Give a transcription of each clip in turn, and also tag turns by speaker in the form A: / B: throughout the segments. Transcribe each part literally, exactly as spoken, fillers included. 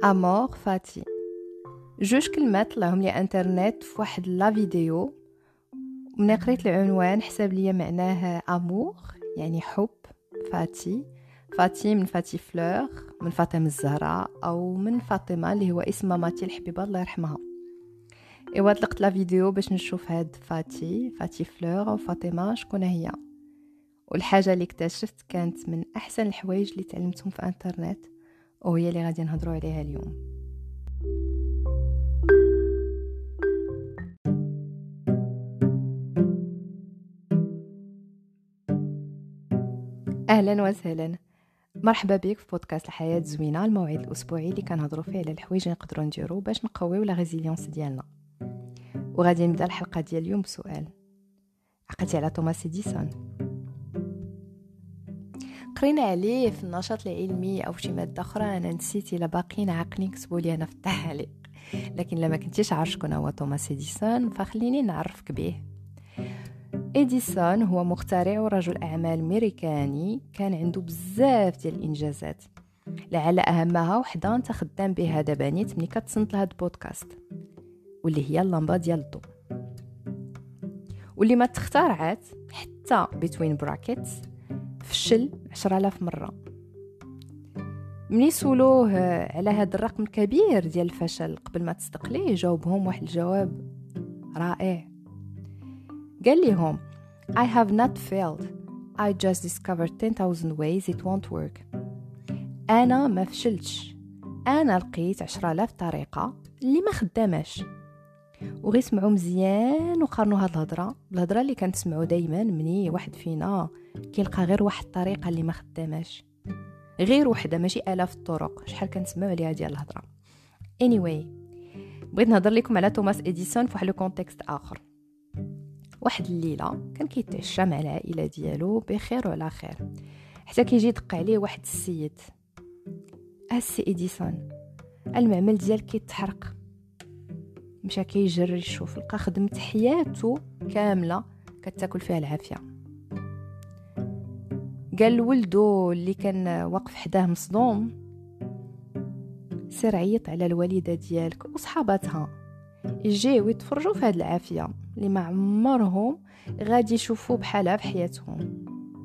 A: امور فاتي. جوج كلمات طلعهم لي انترنت في واحد لا فيديو. من قريت العنوان حساب لي معناه امور يعني حب. فاتي فاتي من فاتي فلور، من فاطمه الزهراء او من فاطمه اللي هو اسم ماماتي الحبيبه الله يرحمها. ايوا طلقت لا فيديو باش نشوف هاد فاتي فاتي فلور او فاطمه شكون هي. والحاجه اللي اكتشفت كانت من احسن الحوايج اللي تعلمتهم في انترنت، وهي اللي غادي نهضروا عليها اليوم. اهلا وسهلا، مرحبا بك في بودكاست الحياه زوينه، الموعد الاسبوعي اللي كنهضروا فيه على الحوايج اللي نقدروا نديروا باش نقويو لا ريزيليونس ديالنا. وغادي نبدا الحلقه ديال اليوم بسؤال: عقلتي على توماس اديسون؟ قرينا عليه في النشاط العلمي او شي ماده اخرى، انا نسيت الا باقيين عاقلين كتبوا لي انا في التعليق. لكن لما كنتيش عارف شكون هو توماس اديسون فخليني نعرفك به. اديسون هو مخترع ورجل اعمال امريكاني، كان عنده بزاف ديال الانجازات، لعل اهمها وحده انت خدام بها دابا نيت ملي كتصنت لهاد البودكاست، واللي هي اللمبه ديال الضوء، واللي ما تخترعات حتى بين براكيتس فشل عشرة آلاف مره. ملي سولوه على هاد الرقم الكبير ديال الفشل قبل ما تصدق ليه، جاوبهم واحد الجواب رائع. قال لهم I have not failed. I just discovered ten thousand ways it won't work. أنا ما فشلتش، أنا لقيت عشرة آلاف طريقة اللي ما خداماش. وغي سمعوا مزيان وقارنوا هاد الهضرة بالهضرة اللي كنسمعوا دايما مني واحد فينا كيلقى غير واحد الطريقة اللي ما خداماش، غير وحده ماشي آلاف الطرق. شحال كنسمعوا عليها ديال الهضرة. anyway بغيت نهضر لكم على توماس اديسون في واحد لو كونتكست اخر. واحد الليله كان كيتعشى مع العائله ديالو بخير وعلى خير، حتى كيجي يدق عليه واحد السيد. السي اديسون، المعمل ديالك كيتحرق. مشى كيجري يشوف، لقى خدمت حياته كامله كتاكل فيها العافيه. قال لولدو اللي كان واقف حداه مصدوم: سير عيط على الوالده ديالك وصحاباتها يجيو يتفرجوا في هاد العافيه اللي ما عمرهم غادي يشوفوا بحالها في حياتهم.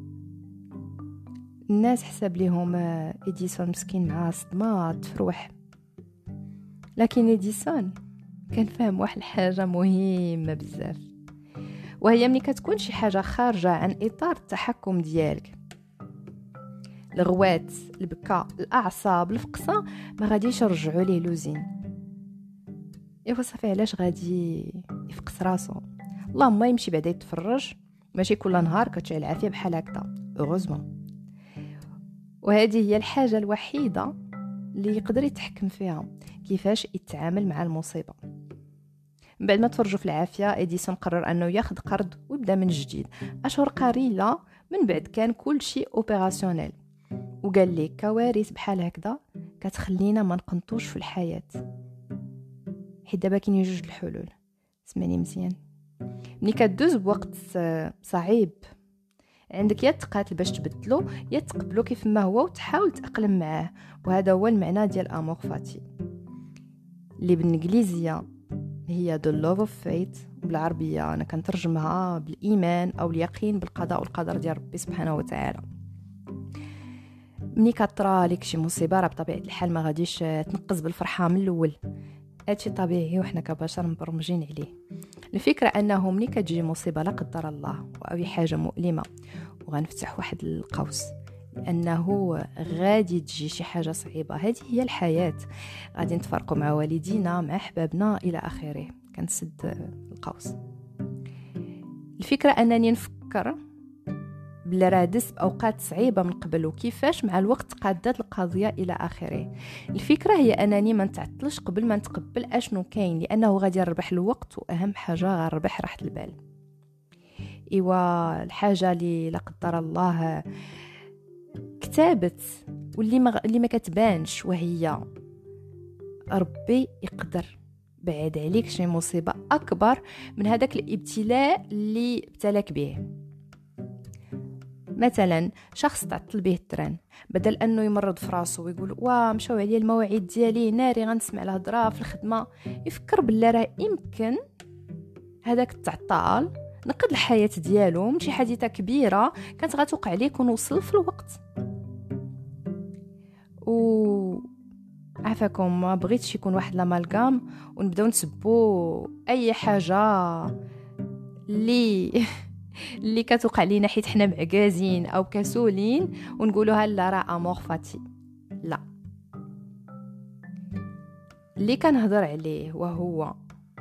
A: الناس حسب ليهم اديسون مسكين مع صدمه تفروح، لكن اديسون كان فاهم واحد الحاجه مهمه بزاف، وهي ملي كتكون شي حاجه خارجه عن اطار التحكم ديالك، الغوات، البكاء، الاعصاب، الفقصه، ما غاديش يرجعوا ليه لوزين. ايوا صافي، علاش غادي يفقس راسو؟ اللهم يمشي بعدا يتفرج، ماشي كل نهار كتشعل العافيه بحال هكذا. اوغوزمون. وهذه هي الحاجه الوحيده اللي يقدر يتحكم فيها، كيفاش يتعامل مع المصيبه. من بعد ما تفرجوا في العافيه، اديسون قرر انه ياخذ قرض ويبدا من جديد. اشهر قليله من بعد كان كل شيء اوبيراسيونيل، وقال لي كوارث بحال هكذا كتخلينا ما نقنطوش في الحياه. حيت دابا كاينين جوج الحلول، سمعني مزيان. ملي كدوز بوقت صعيب عندك يا تقاتل باش تبدلو، يا تقبلو كيف ما هو وتحاول تأقلم معاه. وهذا هو المعنى ديال امور فاتي، اللي بالانجليزيه هي the love of fate، بالعربيه انا كنترجمها بالايمان او اليقين بالقضاء والقدر ديال ربي سبحانه وتعالى. ملي كطرا لك شي مصيبه راه بطبيعه الحال ما غاديش تنقز بالفرحه من الاول، هادشي طبيعي وحنا كبشر مبرمجين عليه. الفكره انه ملي كتجي مصيبه لا قدر الله او حاجه مؤلمه، وغنفتح واحد القوس لانه غادي تجي شي حاجه صعيبه، هذه هي الحياه، غادي نتفرقوا مع والدينا مع احبابنا الى اخره، كنسد القوس. الفكره انني نفكر بلا راه دزت باوقات صعيبه من قبل وكيفاش مع الوقت قادت القضيه الى اخره. الفكره هي انني ما نتعطلش قبل ما نتقبل اشنو كاين، لانه غادي نربح الوقت، واهم حاجه غنربح راحه البال. ايوا الحاجه اللي لا قدر الله كتابت واللي ما اللي ما كتبانش، وهي ربي يقدر بعد عليك شي مصيبه اكبر من هذاك الابتلاء اللي ابتلاك به. مثلا شخص تعطل به التران، بدل انه يمرض في راسو ويقول وا مشاو عليا المواعيد ديالي ناري غنسمع الهضره في الخدمه، يفكر بالله راه يمكن هذاك التعطال نقد الحياه ديالو من شي حادثه كبيره كانت غتوقع ليه كون وصل في الوقت. و عافاكم ما بغيتش يكون واحد لامالغام ونبداو نسبوا اي حاجه اللي اللي كتوقع لينا حيت حنا معكازين او كسولين ونقولوها لا راه امور فاتي. لا، اللي كنهضر عليه وهو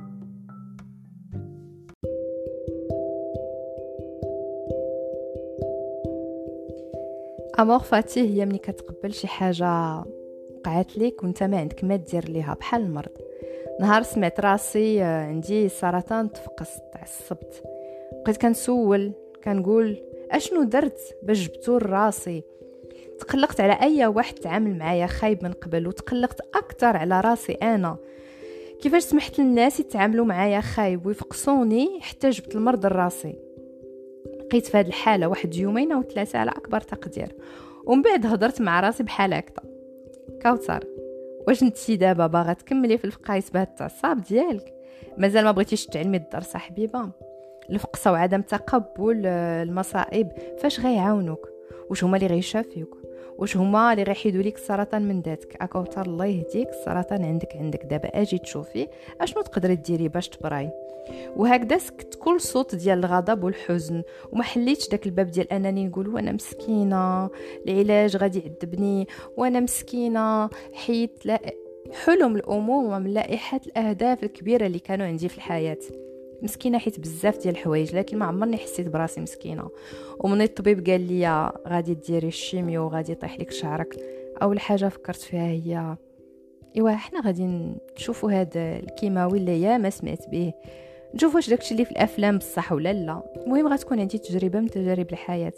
A: امور فاتي هي ملي كتقبل شي حاجه وقعت لك وانت ما عندك ما دير ليها. بحال المرض، نهار سمعت راسي عندي سرطان تفقست تعصبت، بقيت كنسول كنقول اشنو درت باش جبتو لراسي. تقلقت على اي واحد تعامل معايا خايب من قبل، وتقلقت اكثر على راسي انا كيفاش سمحت للناس يتعاملوا معايا خايب ويفقصوني حتى جبت المرض لراسي. بقيت في هذه الحاله واحد يومين او ثلاثه على اكبر تقدير، ومن بعد هضرت مع راسي بحال هكذا: كوثر، واش انتي دابا باغا تكملي في الفقايس بهذا التعصاب ديالك؟ مازال ما بغيتيش تعلمي الدار صاحبيبه؟ الفقصه وعدم تقبل المصائب فاش غيعاونوك؟ واش هما اللي غيشافيوك؟ واش هما اللي غيحيدوا لك السرطان من ذاتك؟ اكوثر الله يهديك، السرطان عندك عندك دابا اجي تشوفي اشنو تقدري ديري باش تبراي. وهكذا سكت كل صوت ديال الغضب والحزن، وما حليتش داك الباب ديال انني نقول وانا مسكينه العلاج غادي يعذبني، وانا مسكينه حيت لا حلم الامومه من لائحه الاهداف الكبيره اللي كانوا عندي في الحياه. مسكينه حيت بزاف ديال الحوايج، لكن ما عمرني حسيت براسي مسكينه. ومن الطبيب قال لي غادي ديري الشيميو وغادي يطيح لك شعرك، اول حاجه فكرت فيها هي ايوا حنا غادي نشوفوا هذا الكيماوي اللي يا ما سمعت به، نشوف واش داكشي اللي في الافلام بصح ولا لا. المهم غتكون عندي تجربه من تجارب الحياه.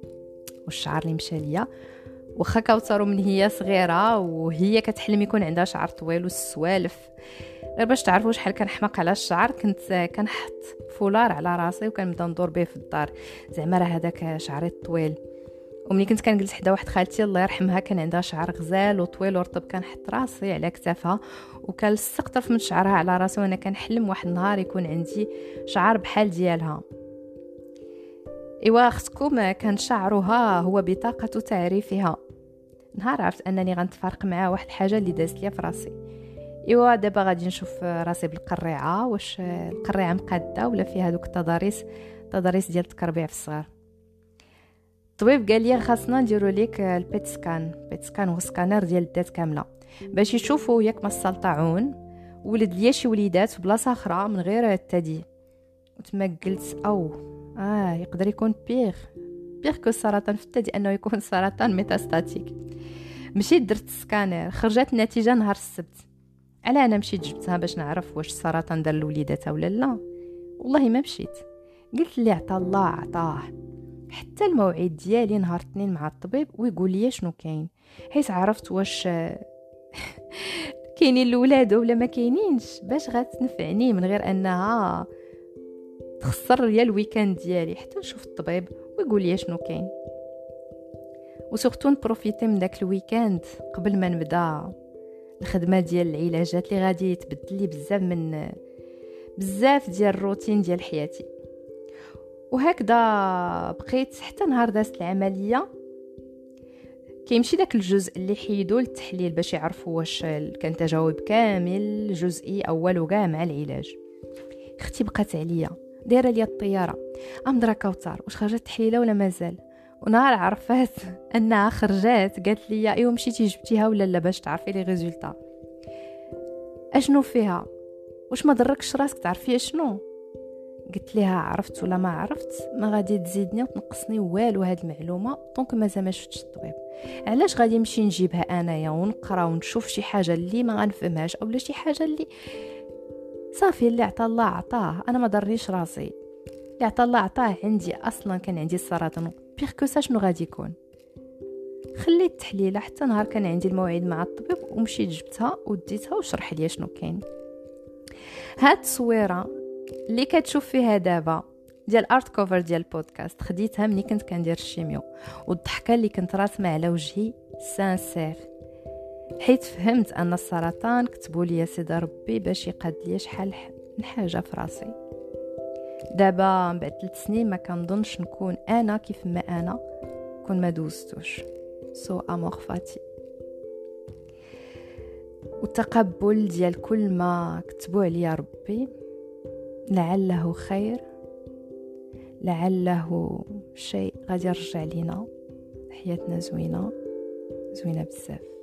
A: والشعر اللي مشى ليا واخا كوثر من هي صغيره وهي كتحلم يكون عندها شعر طويل والسوالف، غير باش تعرفوا شحال كنحماق على الشعر كنت كنحط فولار على راسي وكنبدا ندور به في الدار زعما راه هذاك شعري الطويل. وملي كنت كنجلس حدا واحد خالتي الله يرحمها كان عندها شعر غزال وطويل ورطب، كنحط راسي على كتافها وكنلصق طرف من شعرها على راسي، وانا كنحلم واحد النهار يكون عندي شعر بحال ديالها. ايوا اختكم كان شعرها هو بطاقه تعريفها. نهار عرفت انني غنتفارق معاه واحد الحاجه اللي دازت ليا في راسي. ايوا دابا غادي نشوف راسي بالقريعه، واش القريعه مقاده ولا فيها دوك التضاريس تضاريس ديال التكربيع في الصغر. الطبيب قال لي خاصنا نديروا لك البيت سكان. البيت سكان هو سكانر ديال الذات كامله باش يشوفوا ياك ما السلطعون ولد ليا شي وليدات في بلاصه اخرى من غير الثدي. وتما قلت او اه يقدر يكون بيغ بيغ كو السرطان في الثدي، انه يكون سرطان ميتاستاتيك. مشيت درت السكانر، خرجت النتيجه نهار السبت. على انا مشيت جبتها باش نعرف واش السرطان دار الوليدات ولا لا؟ والله ما مشيت، قلت لي عطا الله عطاه. حتى الموعد ديالي نهار الاثنين مع الطبيب ويقول لي شنو كاين، حيت عرفت واش كاينين الاولاد ولا ما كاينينش، باش غتنفعني من غير انها تخسر ليا الويكاند ديالي حتى نشوف الطبيب ويقول لي شنو كاين. وسورتو نبروفيتي من داك الويكاند قبل ما نبدا الخدمه ديال العلاجات اللي غادي يتبدل لي بزاف من بزاف ديال الروتين ديال حياتي. وهكذا بقيت حتى نهار دازت العمليه. كيمشي داك الجزء اللي حيدوا للتحليل باش يعرفوا واش كان تجاوب كامل جزئي اول وكاع مع العلاج. اختي بقات عليا دايره ليا الطياره امضرا كوثر واش خرجت التحليله ولا مازال. ونهار عرفات انها خرجات قالت لي ايوا مشيتي جبتيها ولا لا باش تعرفي لي ريزولطا. اشنو فيها؟ واش ما ضركش راسك تعرفي شنو؟ قلت لها عرفت ولا ما عرفت ما غادي تزيدني وتنقصني والو هاد المعلومه طونك مازال ما شفتش الطبيب. علاش غادي نمشي نجيبها انايا ونقرا ونشوف شي حاجه اللي ما غنفهمهاش اولا شي حاجه اللي صافي اللي عطا الله عطاه، انا ما ضرنيش راسي، اللي عطا الله عطاه. عندي اصلا كان عندي السرطان بيغ كو سا شنو غادي يكون. خليت التحليله حتى نهار كان عندي الموعد مع الطبيب ومشيت جبتها وديتها وشرح لي شنو كاين. هاد التصويره اللي كتشوف فيها دابا ديال الارت كوفر ديال البودكاست خديتها ملي كنت كندير الشيميو، والضحكه اللي كنت راسمه على وجهي سانسير، حيت فهمت ان السرطان كتبوا لي سيدي ربي باش يقاد لي شحال من حاجه في راسي. دابا بعد ثلاث سنين ما كنظنش نكون انا كيف ما انا كون ما دوزتوش. سو امور فاتي. والتقبل ديال كل ما كتبوا عليا ربي، لعله خير، لعله شيء غادي يرجع لينا حياتنا زوينه زوينه بزاف.